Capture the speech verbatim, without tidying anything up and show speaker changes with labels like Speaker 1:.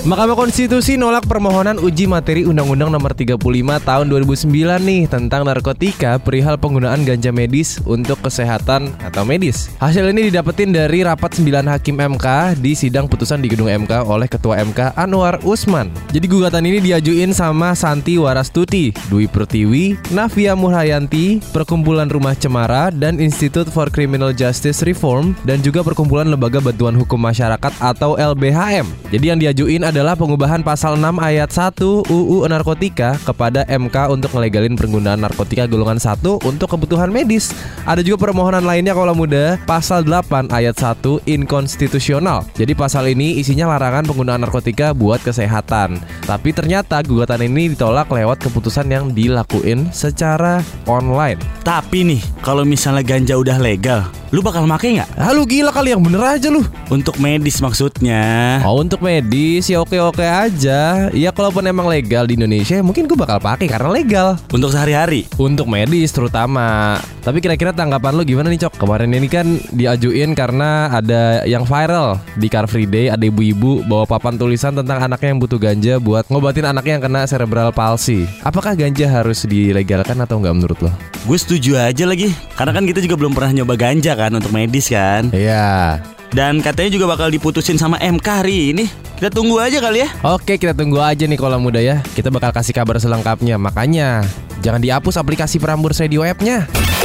Speaker 1: Mahkamah Konstitusi nolak permohonan uji materi Undang-Undang Nomor tiga puluh lima Tahun dua ribu sembilan nih tentang narkotika perihal penggunaan ganja medis untuk kesehatan atau medis. Hasil ini didapetin dari rapat sembilan hakim M K di sidang putusan di gedung M K oleh Ketua M K Anwar Usman. Jadi gugatan ini diajuin sama Santi Warastuti, Dwi Pertiwi, Navia Murhayanti, Perkumpulan Rumah Cemara, dan Institute for Criminal Justice Reform, dan juga Perkumpulan Lembaga Bantuan Hukum Masyarakat atau L B H M. Jadi yang diajuin adalah pengubahan pasal enam ayat satu U U Narkotika kepada M K untuk ngelegalin penggunaan narkotika golongan satu untuk kebutuhan medis. Ada juga permohonan lainnya kalau muda, pasal delapan ayat satu inkonstitusional. Jadi pasal ini isinya larangan penggunaan narkotika buat kesehatan. Tapi ternyata gugatan ini ditolak lewat keputusan yang dilakuin secara online.
Speaker 2: Tapi nih, kalau misalnya ganja udah legal, lu bakal make nggak?
Speaker 1: Ah, lu gila kali, yang bener aja lu.
Speaker 2: Untuk medis maksudnya.
Speaker 1: Oh, untuk medis ya oke-oke aja. Ya kalaupun emang legal di Indonesia, mungkin gue bakal pakai karena legal.
Speaker 2: Untuk sehari-hari?
Speaker 1: Untuk medis terutama. Tapi kira-kira tanggapan lu gimana nih, Cok? Kemarin ini kan diajuin karena ada yang viral di Car Free Day. Ada ibu-ibu bawa papan tulisan tentang anaknya yang butuh ganja buat ngobatin anaknya yang kena cerebral palsy. Apakah ganja harus dilegalkan atau enggak menurut lo?
Speaker 2: Gue setuju aja lagi. Karena kan kita juga belum pernah nyoba ganja kan untuk medis kan.
Speaker 1: Iya.
Speaker 2: Dan katanya juga bakal diputusin sama M K hari ini. Kita tunggu aja kali ya.
Speaker 1: Oke, kita tunggu aja nih kalau muda ya. Kita bakal kasih kabar selengkapnya. Makanya jangan dihapus aplikasi Prambors Radio app-nya.